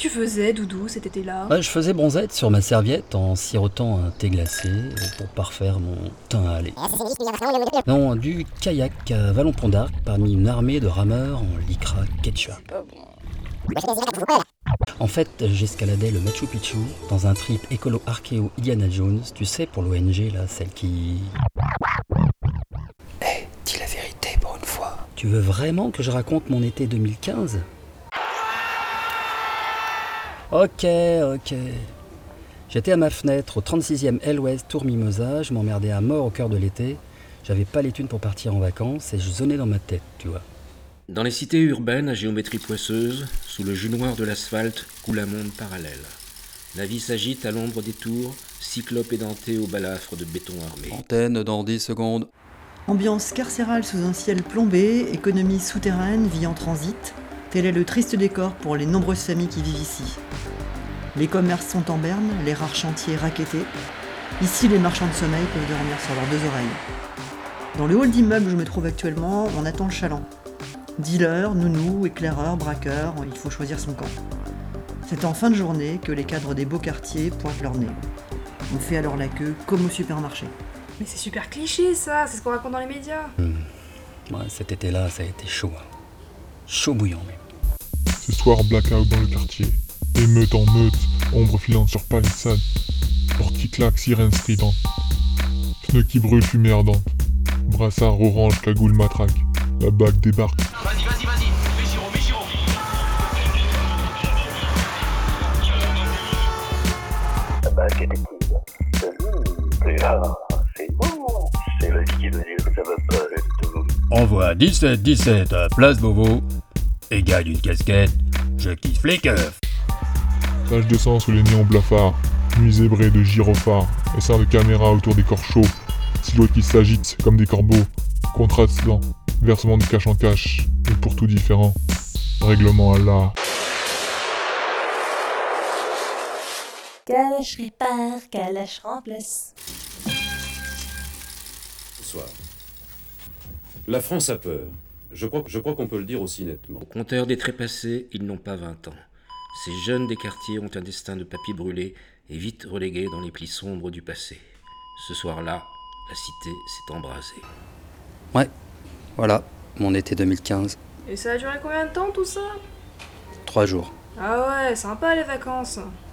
tu faisais, Doudou, cet été-là? Je faisais bronzette sur ma serviette en sirotant un thé glacé pour parfaire mon teint hâlé. Non, du kayak à Vallon-Pont d'Arc parmi une armée de rameurs en lycra ketchup. C'est pas bon. En fait, j'escaladais le Machu Picchu dans un trip écolo-archéo Indiana Jones, tu sais, pour l'ONG, là, celle qui... Dis la vérité pour une fois. Tu veux vraiment que je raconte mon été 2015 ? Ok. J'étais à ma fenêtre au 36e L Ouest Tour Mimosa, je m'emmerdais à mort au cœur de l'été. J'avais pas les thunes pour partir en vacances et je zonnais dans ma tête, tu vois. Dans les cités urbaines à géométrie poisseuse, sous le jus noir de l'asphalte, coule un monde parallèle. La vie s'agite à l'ombre des tours, cyclope édenté au balafre de béton armé. Antenne dans 10 secondes. Ambiance carcérale sous un ciel plombé, économie souterraine, vie en transit, tel est le triste décor pour les nombreuses familles qui vivent ici. Les commerces sont en berne, les rares chantiers rackettés. Ici, les marchands de sommeil peuvent dormir sur leurs 2 oreilles. Dans le hall d'immeuble où je me trouve actuellement, on attend le chaland. Dealer, nounou, éclaireur, braqueur, il faut choisir son camp. C'est en fin de journée que les cadres des beaux quartiers pointent leur nez. On fait alors la queue comme au supermarché. Mais c'est super cliché, ça, c'est ce qu'on raconte dans les médias. Ouais, cet été-là, ça a été chaud. Chaud bouillant, même. Ce soir, blackout dans le quartier. Émeute en meute, ombre filante sur palissade. Porte qui claque, sirène stridente. Pneus qui brûlent, fumée ardente. Brassard orange, cagoule matraque. La bague débarque. Vas-y, fais Giro. La bague est petite. C'est là, c'est bon. C'est la vie qui veut dire que ça va pas du tout. Envoie 17 à Place Beauvau et gagne une casquette. Je kiffe les keufs. Tache de sang sous les néons blafards. Nuit zébrée de gyrophares. Essaim de caméras autour des corps chauds. Silhouettes qui s'agitent comme des corbeaux. Contrastant. Versement de cache en cache. Et pour tout différent. Règlement Allah. Kalash répare, Kalash remplace. Bonsoir. La France a peur. Je crois qu'on peut le dire aussi nettement. Au compteur des trépassés, ils n'ont pas 20 ans. Ces jeunes des quartiers ont un destin de papier brûlé et vite relégués dans les plis sombres du passé. Ce soir-là, la cité s'est embrasée. Ouais, voilà, mon été 2015. Et ça a duré combien de temps, tout ça? 3 jours. Ah ouais, sympa les vacances.